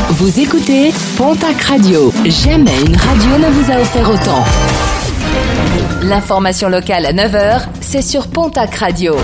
Vous écoutez Pontac Radio. Jamais une radio ne vous a offert autant. L'information locale à 9h, c'est sur Pontac Radio.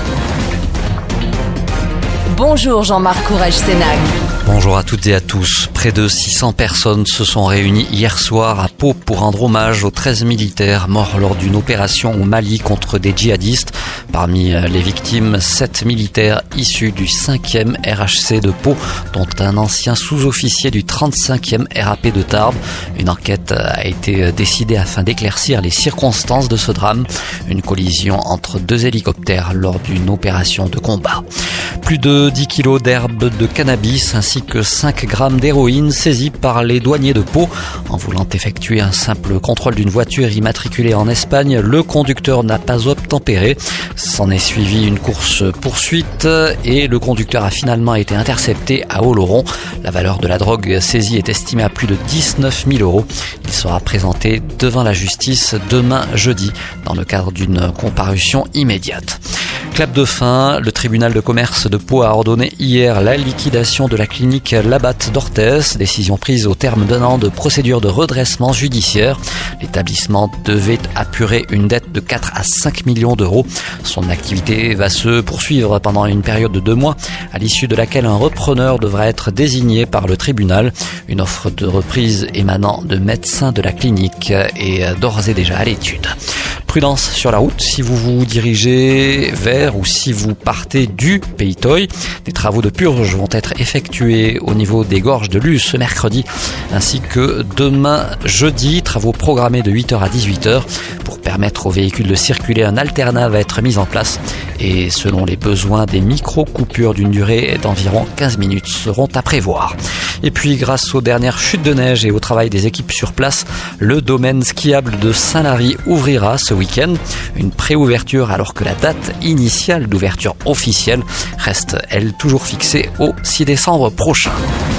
Bonjour Jean-Marc Courage-Sénac. Bonjour à toutes et à tous. Près de 600 personnes se sont réunies hier soir à Pau pour rendre hommage aux 13 militaires morts lors d'une opération au Mali contre des djihadistes. Parmi les victimes, 7 militaires issus du 5e RHC de Pau, dont un ancien sous-officier du 35e RAP de Tarbes. Une enquête a été décidée afin d'éclaircir les circonstances de ce drame. Une collision entre 2 hélicoptères lors d'une opération de combat. Plus de 10 kilos d'herbe de cannabis ainsi que 5 grammes d'héroïne saisis par les douaniers de Pau. En voulant effectuer un simple contrôle d'une voiture immatriculée en Espagne, le conducteur n'a pas obtempéré. S'en est suivi une course-poursuite et le conducteur a finalement été intercepté à Oloron. La valeur de la drogue saisie est estimée à plus de 19 000 €. Il sera présenté devant la justice demain jeudi dans le cadre d'une comparution immédiate. Clap de fin, le tribunal de commerce de Pau a ordonné hier la liquidation de la clinique Labatt d'Orthez, décision prise au terme d'un an de procédure de redressement judiciaire. L'établissement devait apurer une dette de 4 à 5 millions d'euros. Son activité va se poursuivre pendant une période de 2 mois, à l'issue de laquelle un repreneur devra être désigné par le tribunal. Une offre de reprise émanant de médecins de la clinique est d'ores et déjà à l'étude. Prudence sur la route si vous vous dirigez vers ou si vous partez du Pays Toy. Des travaux de purge vont être effectués au niveau des gorges de Luz ce mercredi ainsi que demain jeudi. Travaux programmés de 8h à 18h. Pour permettre aux véhicules de circuler, un alternat va être mis en place et selon les besoins, des micro-coupures d'une durée d'environ 15 minutes seront à prévoir. Et puis grâce aux dernières chutes de neige et au travail des équipes sur place, le domaine skiable de Saint-Lary ouvrira ce week-end. Une préouverture alors que la date initiale d'ouverture officielle reste, elle, toujours fixée au 6 décembre prochain.